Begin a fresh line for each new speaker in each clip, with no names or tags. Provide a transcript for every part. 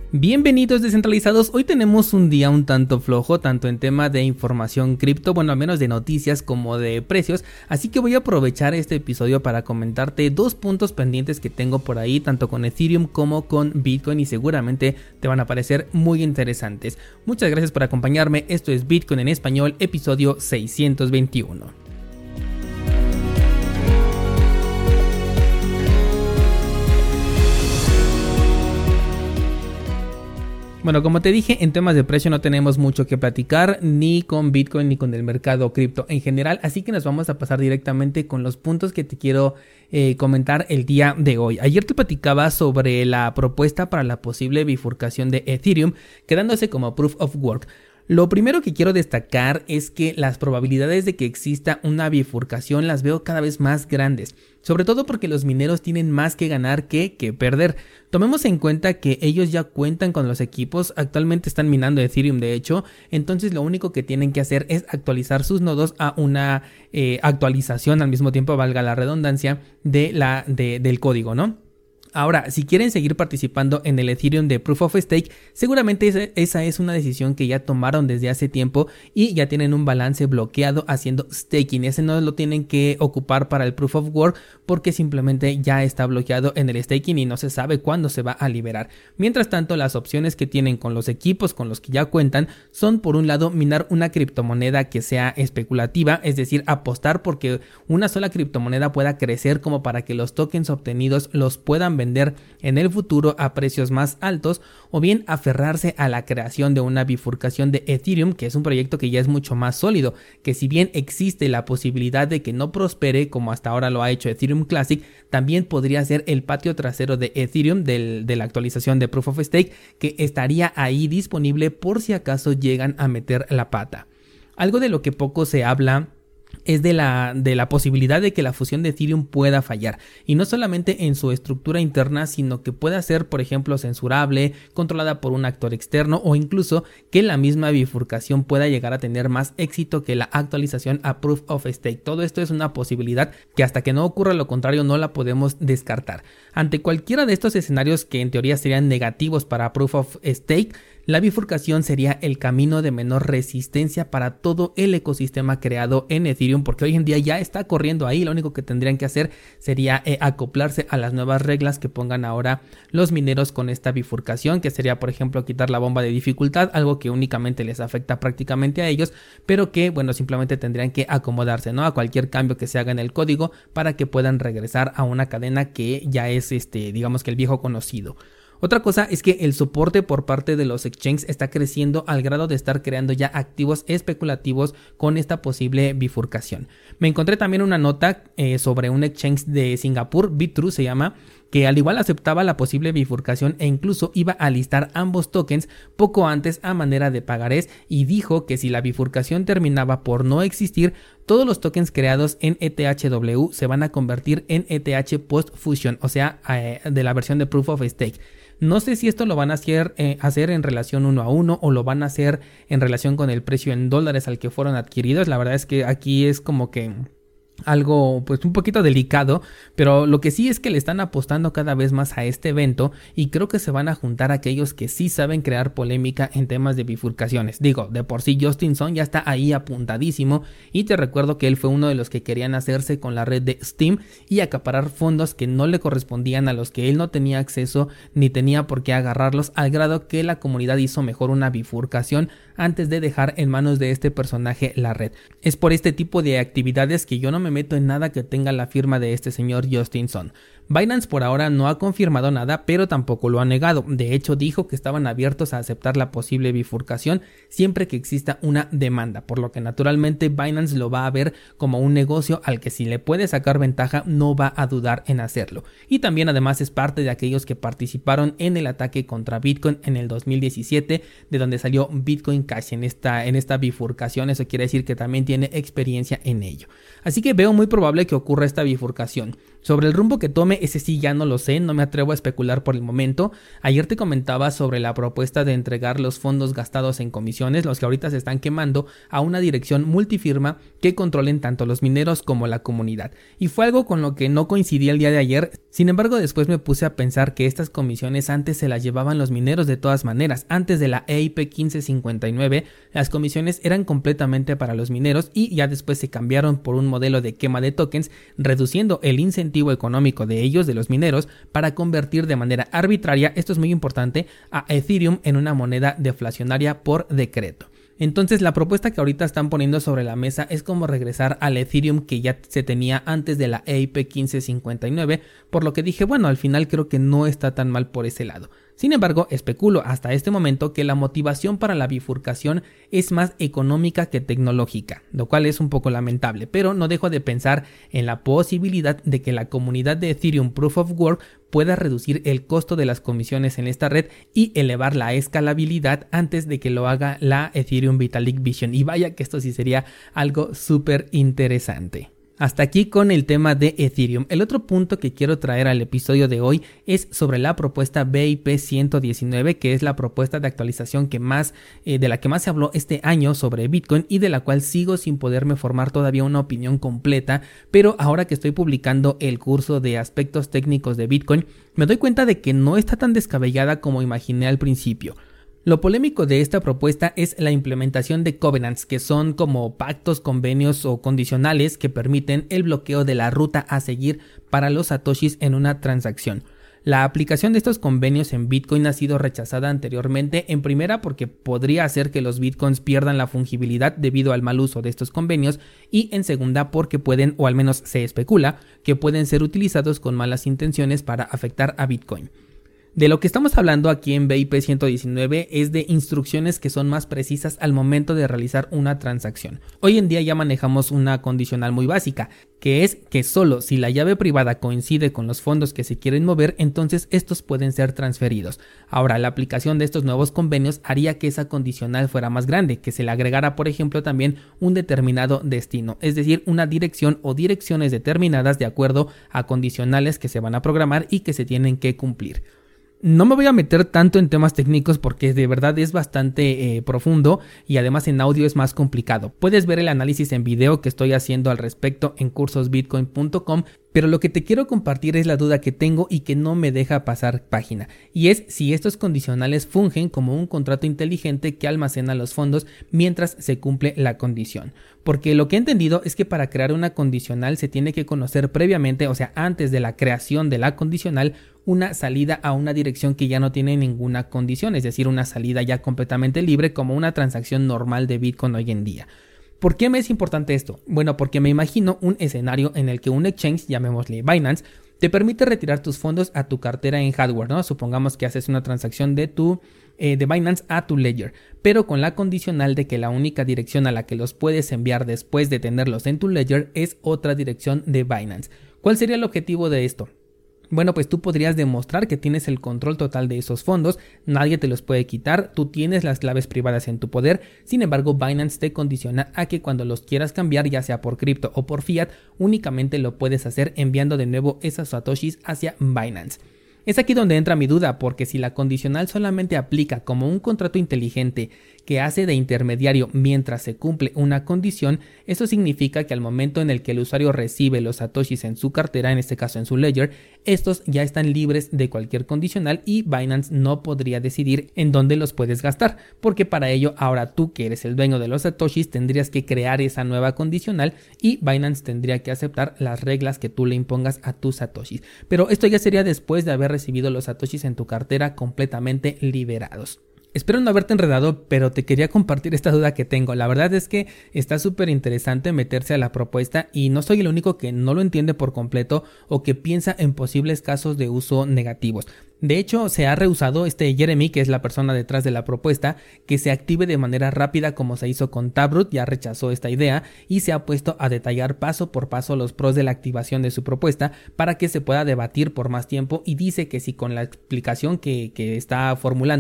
Bienvenidos descentralizados, hoy tenemos un día un tanto flojo, tanto en tema de información cripto, bueno al menos de noticias como de precios, así que voy a aprovechar este episodio para comentarte dos puntos pendientes que tengo por ahí, tanto con Ethereum como con Bitcoin y seguramente te van a parecer muy interesantes. Muchas gracias por acompañarme, esto es Bitcoin en español, episodio 621. Bueno, como te dije, en temas de precio no tenemos mucho que platicar ni con Bitcoin ni con el mercado cripto en general, así que nos vamos a pasar directamente con los puntos que te quiero comentar el día de hoy. Ayer te platicaba sobre la propuesta para la posible bifurcación de Ethereum, quedándose como Proof of Work. Lo primero que quiero destacar es que las probabilidades de que exista una bifurcación las veo cada vez más grandes, sobre todo porque los mineros tienen más que ganar que perder. Tomemos en cuenta que ellos ya cuentan con los equipos, actualmente están minando Ethereum de hecho, entonces lo único que tienen que hacer es actualizar sus nodos a una actualización, al mismo tiempo valga la redundancia, del código, ¿no? Ahora, si quieren seguir participando en el Ethereum de Proof of Stake, seguramente esa es una decisión que ya tomaron desde hace tiempo y ya tienen un balance bloqueado haciendo staking. Ese no lo tienen que ocupar para el Proof of Work porque simplemente ya está bloqueado en el staking y no se sabe cuándo se va a liberar. Mientras tanto, las opciones que tienen con los equipos con los que ya cuentan son, por un lado, minar una criptomoneda que sea especulativa, es decir, apostar porque una sola criptomoneda pueda crecer como para que los tokens obtenidos los puedan vender en el futuro a precios más altos, o bien aferrarse a la creación de una bifurcación de Ethereum, que es un proyecto que ya es mucho más sólido, que si bien existe la posibilidad de que no prospere como hasta ahora lo ha hecho Ethereum Classic, también podría ser el patio trasero de Ethereum de la actualización de Proof of Stake, que estaría ahí disponible por si acaso llegan a meter la pata. Algo de lo que poco se habla es de la posibilidad de que la fusión de Ethereum pueda fallar, y no solamente en su estructura interna, sino que pueda ser, por ejemplo, censurable, controlada por un actor externo, o incluso que la misma bifurcación pueda llegar a tener más éxito que la actualización a Proof of Stake. Todo esto es una posibilidad que hasta que no ocurra lo contrario no la podemos descartar. Ante cualquiera de estos escenarios que en teoría serían negativos para Proof of Stake, la bifurcación sería el camino de menor resistencia para todo el ecosistema creado en Ethereum, porque hoy en día ya está corriendo ahí. Lo único que tendrían que hacer sería acoplarse a las nuevas reglas que pongan ahora los mineros con esta bifurcación, que sería, por ejemplo, quitar la bomba de dificultad, algo que únicamente les afecta prácticamente a ellos, pero que, bueno, simplemente tendrían que acomodarse, ¿no?, a cualquier cambio que se haga en el código para que puedan regresar a una cadena que ya es, digamos que el viejo conocido. Otra cosa es que el soporte por parte de los exchanges está creciendo al grado de estar creando ya activos especulativos con esta posible bifurcación. Me encontré también una nota sobre un exchange de Singapur, Bitrue se llama, que al igual aceptaba la posible bifurcación e incluso iba a listar ambos tokens poco antes a manera de pagarés, y dijo que si la bifurcación terminaba por no existir, todos los tokens creados en ETHW se van a convertir en ETH post-fusion, o sea, de la versión de Proof of Stake. No sé si esto lo van a hacer en relación 1 a 1 o lo van a hacer en relación con el precio en dólares al que fueron adquiridos. La verdad es que aquí es como que algo pues un poquito delicado, pero lo que sí es que le están apostando cada vez más a este evento, y creo que se van a juntar aquellos que sí saben crear polémica en temas de bifurcaciones. Digo, de por sí Justin Sun ya está ahí apuntadísimo, y te recuerdo que él fue uno de los que querían hacerse con la red de Steam y acaparar fondos que no le correspondían, a los que él no tenía acceso ni tenía por qué agarrarlos, al grado que la comunidad hizo mejor una bifurcación antes de dejar en manos de este personaje la red. Es por este tipo de actividades que yo no me meto en nada que tenga la firma de este señor Justin Sun. Binance por ahora no ha confirmado nada, pero tampoco lo ha negado. De hecho, dijo que estaban abiertos a aceptar la posible bifurcación siempre que exista una demanda, por lo que naturalmente Binance lo va a ver como un negocio al que si le puede sacar ventaja no va a dudar en hacerlo. Y también además es parte de aquellos que participaron en el ataque contra Bitcoin en el 2017, de donde salió Bitcoin Cash en esta bifurcación. Eso quiere decir que también tiene experiencia en ello. Así que veo muy probable que ocurra esta bifurcación. Sobre el rumbo que tome, ese sí ya no lo sé, no me atrevo a especular por el momento. Ayer te comentaba sobre la propuesta de entregar los fondos gastados en comisiones, los que ahorita se están quemando, a una dirección multifirma que controlen tanto los mineros como la comunidad. Y fue algo con lo que no coincidí el día de ayer. Sin embargo, después me puse a pensar que estas comisiones antes se las llevaban los mineros de todas maneras. Antes de la EIP 1559, las comisiones eran completamente para los mineros y ya después se cambiaron por un modelo de quema de tokens, reduciendo el incentivo económico de ellos, de los mineros, para convertir de manera arbitraria, esto es muy importante, a Ethereum en una moneda deflacionaria por decreto. Entonces la propuesta que ahorita están poniendo sobre la mesa es como regresar al Ethereum que ya se tenía antes de la EIP 1559, por lo que dije, bueno, al final creo que no está tan mal por ese lado. Sin embargo, especulo hasta este momento que la motivación para la bifurcación es más económica que tecnológica, lo cual es un poco lamentable, pero no dejo de pensar en la posibilidad de que la comunidad de Ethereum Proof of Work pueda reducir el costo de las comisiones en esta red y elevar la escalabilidad antes de que lo haga la Ethereum Vitalik Vision. Y vaya que esto sí sería algo súper interesante. Hasta aquí con el tema de Ethereum. El otro punto que quiero traer al episodio de hoy es sobre la propuesta BIP 119, que es la propuesta de actualización de la que más se habló este año sobre Bitcoin y de la cual sigo sin poderme formar todavía una opinión completa, pero ahora que estoy publicando el curso de aspectos técnicos de Bitcoin, me doy cuenta de que no está tan descabellada como imaginé al principio. Lo polémico de esta propuesta es la implementación de covenants, que son como pactos, convenios o condicionales que permiten el bloqueo de la ruta a seguir para los satoshis en una transacción. La aplicación de estos convenios en Bitcoin ha sido rechazada anteriormente, en primera porque podría hacer que los Bitcoins pierdan la fungibilidad debido al mal uso de estos convenios, y en segunda porque pueden, o al menos se especula, que pueden ser utilizados con malas intenciones para afectar a Bitcoin. De lo que estamos hablando aquí en BIP 119 es de instrucciones que son más precisas al momento de realizar una transacción. Hoy en día ya manejamos una condicional muy básica, que es que solo si la llave privada coincide con los fondos que se quieren mover, entonces estos pueden ser transferidos. Ahora, la aplicación de estos nuevos convenios haría que esa condicional fuera más grande, que se le agregara, por ejemplo, también un determinado destino, es decir, una dirección o direcciones determinadas de acuerdo a condicionales que se van a programar y que se tienen que cumplir. No me voy a meter tanto en temas técnicos porque de verdad es bastante profundo y además en audio es más complicado. Puedes ver el análisis en video que estoy haciendo al respecto en cursosbitcoin.com, pero lo que te quiero compartir es la duda que tengo y que no me deja pasar página, y es si estos condicionales fungen como un contrato inteligente que almacena los fondos mientras se cumple la condición. Porque lo que he entendido es que para crear una condicional se tiene que conocer previamente, o sea, antes de la creación de la condicional, una salida a una dirección que ya no tiene ninguna condición, es decir, una salida ya completamente libre como una transacción normal de Bitcoin hoy en día. ¿Por qué me es importante esto? Bueno, porque me imagino un escenario en el que un exchange, llamémosle Binance, te permite retirar tus fondos a tu cartera en hardware, ¿no? Supongamos que haces una transacción de Binance a tu Ledger, pero con la condicional de que la única dirección a la que los puedes enviar después de tenerlos en tu Ledger es otra dirección de Binance. ¿Cuál sería el objetivo de esto? Bueno, pues tú podrías demostrar que tienes el control total de esos fondos, nadie te los puede quitar, tú tienes las claves privadas en tu poder. Sin embargo, Binance te condiciona a que cuando los quieras cambiar, ya sea por cripto o por fiat, únicamente lo puedes hacer enviando de nuevo esas satoshis hacia Binance. Es aquí donde entra mi duda, porque si la condicional solamente aplica como un contrato inteligente que hace de intermediario mientras se cumple una condición, eso significa que al momento en el que el usuario recibe los satoshis en su cartera, en este caso en su Ledger, estos ya están libres de cualquier condicional y Binance no podría decidir en dónde los puedes gastar, porque para ello ahora tú, que eres el dueño de los satoshis, tendrías que crear esa nueva condicional y Binance tendría que aceptar las reglas que tú le impongas a tus satoshis. Pero esto ya sería después de haber recibido los satoshis en tu cartera completamente liberados. Espero no haberte enredado, pero te quería compartir esta duda que tengo. La verdad es que está súper interesante meterse a la propuesta y no soy el único que no lo entiende por completo o que piensa en posibles casos de uso negativos. De hecho, se ha rehusado Jeremy, que es la persona detrás de la propuesta, que se active de manera rápida como se hizo con Taproot, ya rechazó esta idea y se ha puesto a detallar paso por paso los pros de la activación de su propuesta para que se pueda debatir por más tiempo, y dice que si con la explicación que está formulando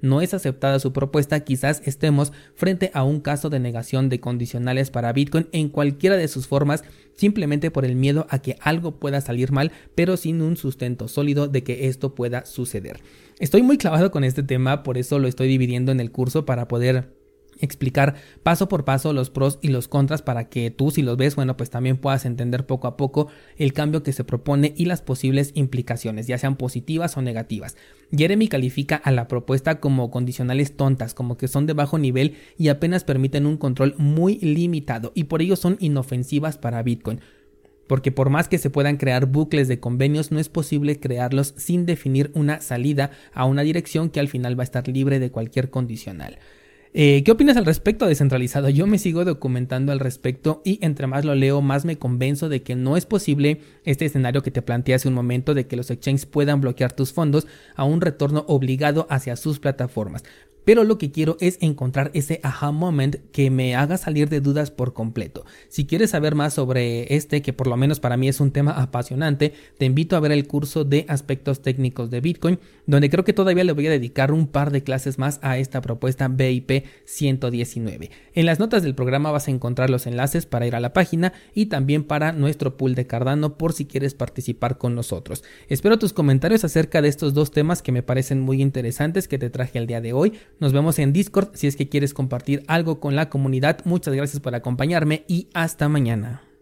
no es aceptada su propuesta, quizás estemos frente a un caso de negación de condicionales para Bitcoin en cualquiera de sus formas, simplemente por el miedo a que algo pueda salir mal, pero sin un sustento sólido de que esto pueda suceder. Estoy muy clavado con este tema, por eso lo estoy dividiendo en el curso para poder explicar paso por paso los pros y los contras para que tú, si los ves, bueno, pues también puedas entender poco a poco el cambio que se propone y las posibles implicaciones, ya sean positivas o negativas. Jeremy califica a la propuesta como condicionales tontas, como que son de bajo nivel y apenas permiten un control muy limitado y por ello son inofensivas para Bitcoin. Porque por más que se puedan crear bucles de convenios, no es posible crearlos sin definir una salida a una dirección que al final va a estar libre de cualquier condicional. ¿Qué opinas al respecto, Descentralizado? Yo me sigo documentando al respecto y entre más lo leo, más me convenzo de que no es posible este escenario que te planteé hace un momento de que los exchanges puedan bloquear tus fondos a un retorno obligado hacia sus plataformas. Pero lo que quiero es encontrar ese aha moment que me haga salir de dudas por completo. Si quieres saber más sobre que por lo menos para mí es un tema apasionante, te invito a ver el curso de aspectos técnicos de Bitcoin, donde creo que todavía le voy a dedicar un par de clases más a esta propuesta BIP 119. En las notas del programa vas a encontrar los enlaces para ir a la página y también para nuestro pool de Cardano por si quieres participar con nosotros. Espero tus comentarios acerca de estos dos temas que me parecen muy interesantes que te traje el día de hoy. Nos vemos en Discord si es que quieres compartir algo con la comunidad. Muchas gracias por acompañarme y hasta mañana.